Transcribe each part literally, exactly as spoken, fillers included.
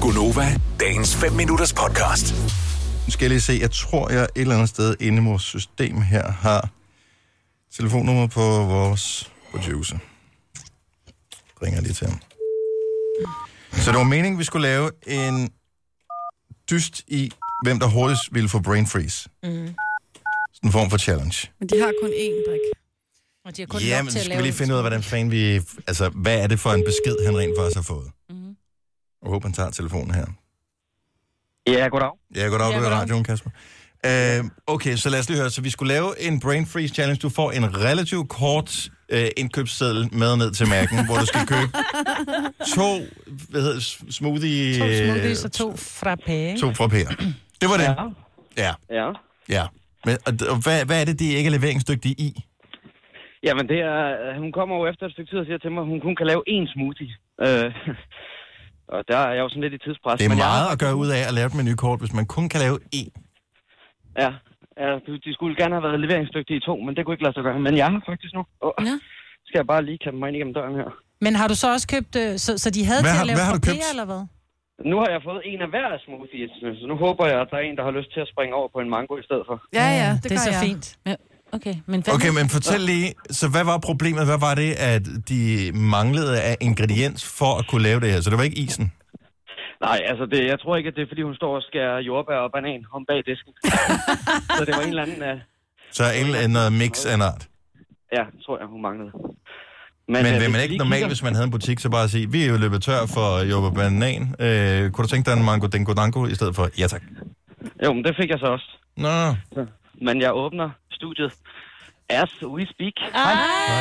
Gonova, dagens fem minutters podcast. Nu skal jeg lige se, jeg tror, jeg et eller andet sted inde i vores system her har telefonnummer på vores producer. Ringer lige til ham. Så det var meningen, vi skulle lave en dyst i, hvem der hurtigst ville få brain freeze. Mm. Sådan en form for challenge. Men de har kun én drik. Og de har kun ja, men så skal vi lige finde ud af, hvordan fanden vi... Altså, hvad er det for en besked, han rent faktisk har fået? Mm. Jeg håber, han tager telefonen her. Ja, goddag. Ja, goddag, du er i radioen, Kasper. Uh, okay, så lad os lige høre. Så vi skulle lave en brain freeze challenge. Du får en relativt kort uh, indkøbsseddel med ned til mærken, hvor du skal købe to, hvad hedder smoothie... To smoothies og to frappé. To frappéer. Det var det. Ja. Ja. Ja. Ja. Men, og, og hvad, hvad er det, de ikke er leveringsdygtige i? Jamen, det er... Hun kommer jo efter et stykke tid og siger til mig, at hun kun kan lave én smoothie. Uh, og der er jeg jo sådan lidt i tidspres. Det er men meget jeg... at gøre ud af at lave et menukort, hvis man kun kan lave én. Ja, ja, de skulle gerne have været leveringsdygtige i to, men det kunne ikke lade sig gøre. Men jeg har faktisk nu. Oh, ja. Skal jeg bare lige kæmpe mig ind igennem døren her. Men har du så også købt... Så, så de havde hvad til har, at lave frappé, eller hvad? Nu har jeg fået en af hver smoothies, så nu håber jeg, at der er en, der har lyst til at springe over på en mango i stedet for. Ja, ja, det, det er så jeg. fint. Ja. Okay, men, okay, men fortæl lige, så hvad var problemet? Hvad var det, at de manglede af ingrediens for at kunne lave det her? Så det var ikke isen? Nej, altså det, jeg tror ikke, at det er, fordi hun står og skærer jordbær og banan om bag disken. Så det var en eller anden... Uh... Så en eller anden mix af en art? Ja, tror jeg, hun manglede. Men, men uh, vil man ikke normalt, hvis man havde en butik, så bare sige, vi er jo løbet tør for jordbær og banan. Uh, kunne du tænke dig en mango dingo dango i stedet for? Ja, tak. Jo, men det fik jeg så også. Nå. Så, men jeg åbner studiet as we speak. Ej!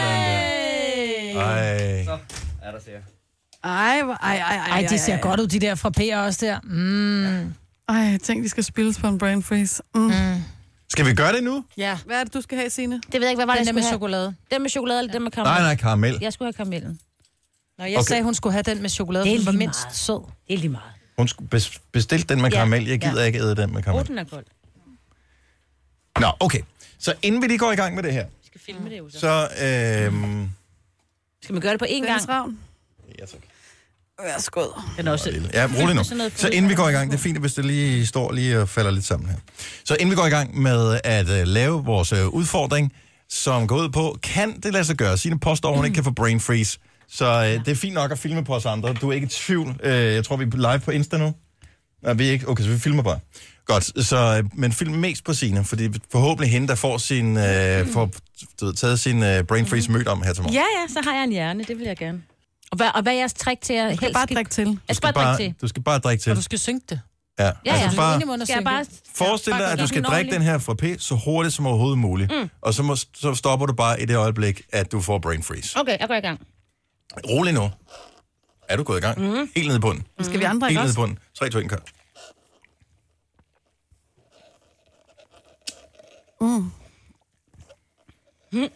Ej. Så er der, siger Ej, ej, ej, ej, ej, de ser ej, godt ud, de der frappéer også der. Mm. Ej, tænk, de skal spilles på en brain freeze. Mm. Mm. Skal vi gøre det nu? Ja. Hvad er det, du skal have, Signe? Det ved jeg ikke, hvad var Den det, der med have? chokolade? Den med chokolade eller den med karamel? Nej, nej, karamel. Jeg skulle have karamellen. Nå, jeg okay. sagde, hun skulle have den med chokolade, det er den var lige mindst meget. sød. Det er lige meget. Hun skulle bestille den med karamel. Jeg gider ja. ikke æde den med karamel. Oh, den er kold. Nå, okay. Så inden vi lige går i gang med det her, Vi skal filme det jo så. så... Øhm... Skal man gøre det på én gang? Ravn. Ja, tak. Værsgo. Den er også... Ja, rolig nu. Så inden vi går i gang, det er fint, hvis det lige står lige og falder lidt sammen her. Så inden vi går i gang med at uh, lave vores uh, udfordring, som går ud på, kan det lade sig gøre? Signe påstår, hun ikke kan få brain freeze. Så uh, ja. det er fint nok at filme på os andre. Du er ikke i tvivl. Uh, jeg tror, vi er live på Insta nu. Nej, vi er ikke. Okay, så vi filmer bare. Godt, så, uh, men film mest på Signe, fordi forhåbentlig hende, der får, sin, uh, får du ved, taget sin uh, brain freeze mødt om her til morgen. Ja, ja, så har jeg en hjerne. Det vil jeg gerne. Og hvad, og hvad er jeres trick til at... Du skal bare drikke til. Jeg skal bare drikke til. Du skal bare drikke til. Og du skal synge det. Ja, Ja, ja. altså bare, Skal jeg bare... forestil dig, at du skal drikke den her frappé så hurtigt som overhovedet muligt. Mm. Og så, må, så stopper du bare i det øjeblik, at du får brain freeze. Okay, jeg går i gang. Rolig nu. Er du gået i gang? Mm. Helt ned i bunden. Mm. Skal vi andre Helt ikke ned i også? bunden. tre, to, et, kør. Mm. Mm.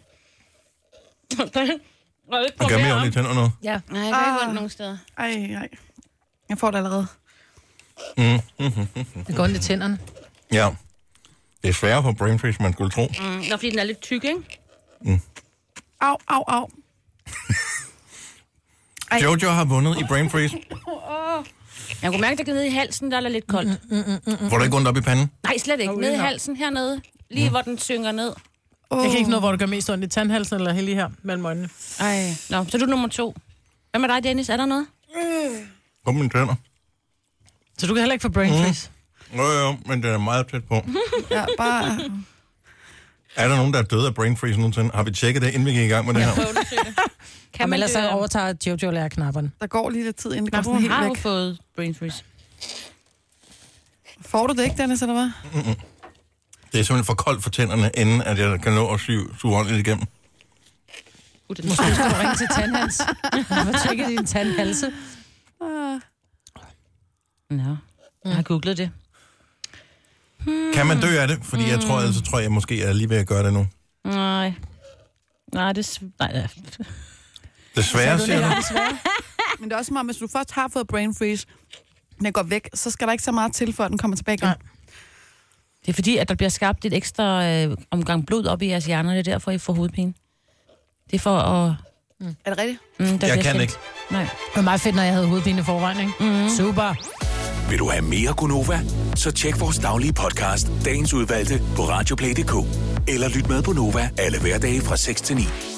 Og gør mere ondt i tænder nu. Ja, nej, jeg kan ikke ondt nogen steder. Ej, ej. Jeg får det allerede. Mm. Mm-hmm. Det går ondt i tænderne. Ja. Det er sværere på brain freeze, man skulle tro. Mm, nå, fordi den er lidt tyk, ikke? Mm. Au, au, au. Jojo har vundet i brain freeze. Jeg kunne mærke, at det nede i halsen, der er lidt koldt. Mm, mm, mm, mm. Får du ikke ondt op i panden? Nej, slet ikke. Nede i halsen hernede. Lige mm. hvor den synger ned. Oh. Jeg kan ikke noget, hvor du gør mest ondt i tandhalsen eller lige her mellem øjnene. Ej. Nå, så er du nummer to. Hvad med dig, Dennis? Er der noget? Kom mine tænder. Så du kan heller ikke få brain freeze? Mm. Jo, jo, men det er meget tæt på. Ja, bare... Er der nogen, der er døde af brain freeze nogensinde? Har vi tjekket det, inden vi gik i gang med det her? Kan man ellers så overtager Jojo lærer knapperne? Der går lige lidt tid, inden det går Nå, sådan helt har væk. jo fået brain freeze. Får du det ikke, Dennis, eller hvad? Mm-mm. Det er simpelthen for koldt for tænderne, inden at jeg kan nå at suge ordentligt igennem. Måske skal du ringe til tandhals. Hvorfor tjekker din tandhalse? Ah. Nå, jeg har googlet det. Hmm. Kan man dø af det? Fordi mm. jeg tror, altså tror jeg måske, jeg er lige ved at gøre det nu. Nej. Nej, det er... Nej, det er... Desværre, siger du? Men det er også meget, hvis du først har fået brain freeze, den går væk, så skal der ikke så meget til, for at den kommer tilbage igen. Nej. Det er fordi, at der bliver skabt et ekstra øh, omgang blod op i jeres hjerner, det er derfor, I får hovedpine. Det er for at... Mm. Er det rigtigt? Mm, jeg kan sendt. ikke. Nej. Det var meget fedt, når jeg havde hovedpine i forvejen, ikke? Mm. Super. Vil du have mere Gunova? Så tjek vores daglige podcast, dagens udvalgte, på radioplay punktum d k. Eller lyt med på Nova alle hverdage fra seks til ni.